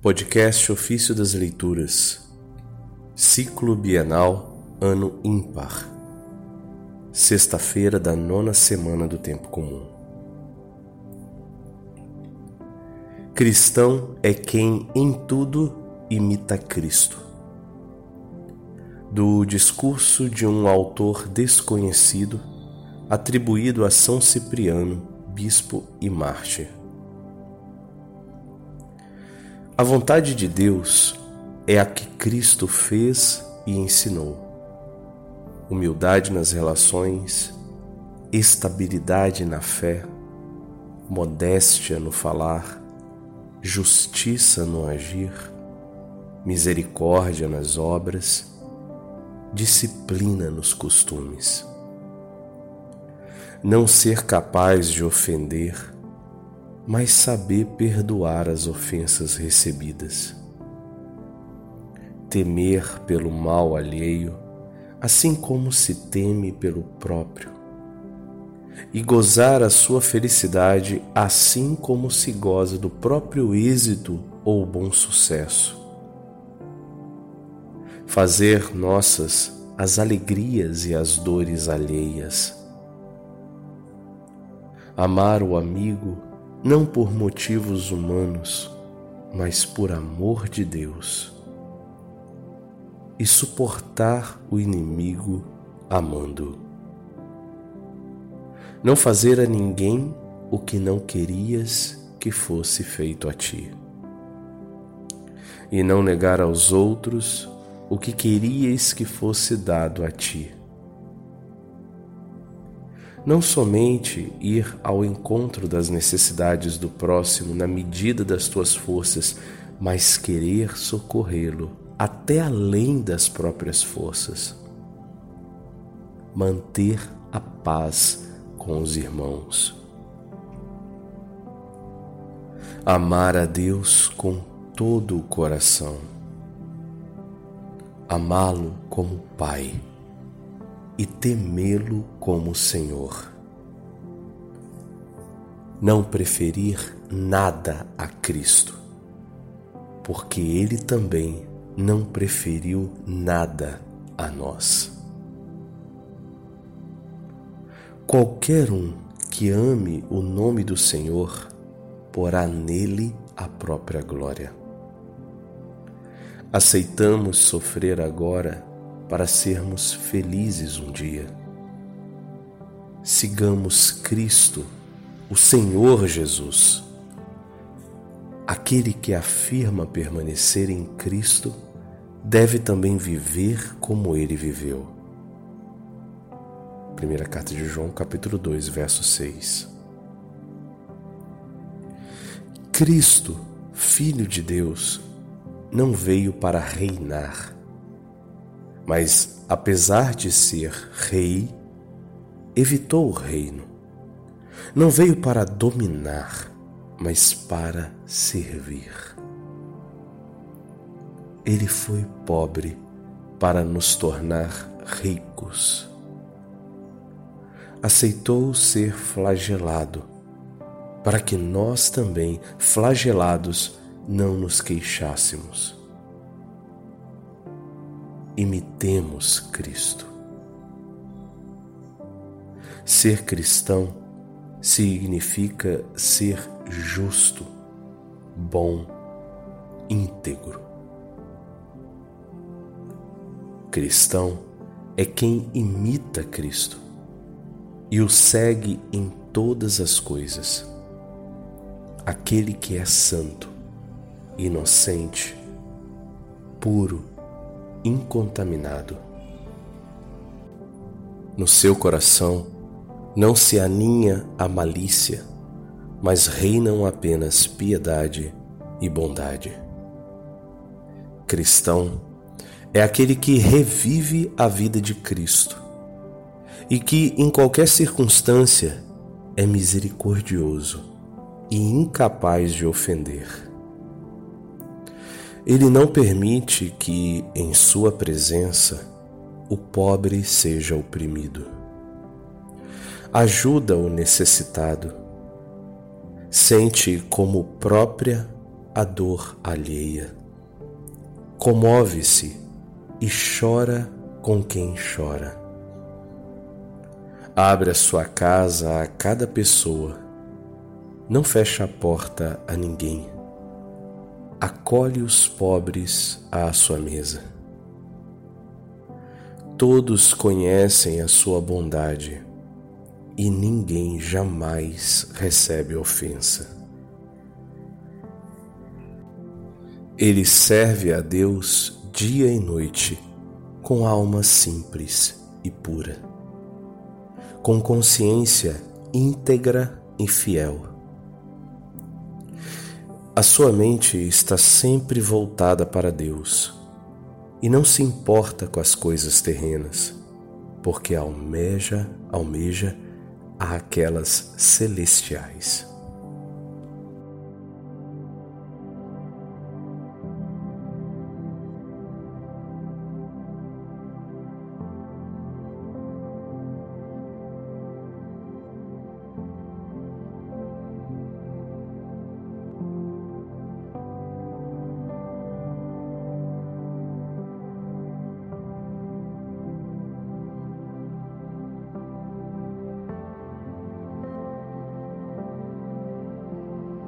Podcast Ofício das Leituras, Ciclo Bienal, Ano Ímpar, sexta-feira da 9ª semana do Tempo Comum. Cristão é quem em tudo imita Cristo. Do discurso de um autor desconhecido, atribuído a São Cipriano, bispo e mártir. A vontade de Deus é a que Cristo fez e ensinou. Humildade nas relações, estabilidade na fé, modéstia no falar, justiça no agir, misericórdia nas obras, disciplina nos costumes. Não ser capaz de ofender, mas saber perdoar as ofensas recebidas. Temer pelo mal alheio, assim como se teme pelo próprio. E gozar a sua felicidade, assim como se goza do próprio êxito ou bom sucesso. Fazer nossas as alegrias e as dores alheias. Amar o amigo não por motivos humanos, mas por amor de Deus. E suportar o inimigo amando. Não fazer a ninguém o que não querias que fosse feito a ti. E não negar aos outros o que querias que fosse dado a ti. Não somente ir ao encontro das necessidades do próximo na medida das tuas forças, mas querer socorrê-lo até além das próprias forças. Manter a paz com os irmãos. Amar a Deus com todo o coração. Amá-lo como Pai. E temê-lo como Senhor. Não preferir nada a Cristo, porque Ele também não preferiu nada a nós. Qualquer um que ame o nome do Senhor, porá nele a própria glória. Aceitamos sofrer agora para sermos felizes um dia. Sigamos Cristo, o Senhor Jesus. Aquele que afirma permanecer em Cristo deve também viver como ele viveu. Primeira Carta de João, capítulo 2, verso 6. Cristo, Filho de Deus, não veio para reinar, mas, apesar de ser rei, evitou o reino. Não veio para dominar, mas para servir. Ele foi pobre para nos tornar ricos. Aceitou ser flagelado, para que nós também, flagelados, não nos queixássemos. Imitemos Cristo. Ser cristão significa ser justo, bom, íntegro. Cristão é quem imita Cristo e o segue em todas as coisas. Aquele que é santo, inocente, puro, incontaminado. No seu coração não se aninha a malícia, mas reinam apenas piedade e bondade. Cristão é aquele que revive a vida de Cristo e que, em qualquer circunstância, é misericordioso e incapaz de ofender. Ele não permite que, em sua presença, o pobre seja oprimido. Ajuda o necessitado. Sente como própria a dor alheia, comove-se e chora com quem chora. Abre a sua casa a cada pessoa, não fecha a porta a ninguém. Acolhe os pobres à sua mesa. Todos conhecem a sua bondade e ninguém jamais recebe ofensa. Ele serve a Deus dia e noite com alma simples e pura, com consciência íntegra e fiel. A sua mente está sempre voltada para Deus e não se importa com as coisas terrenas, porque almeja aquelas celestiais.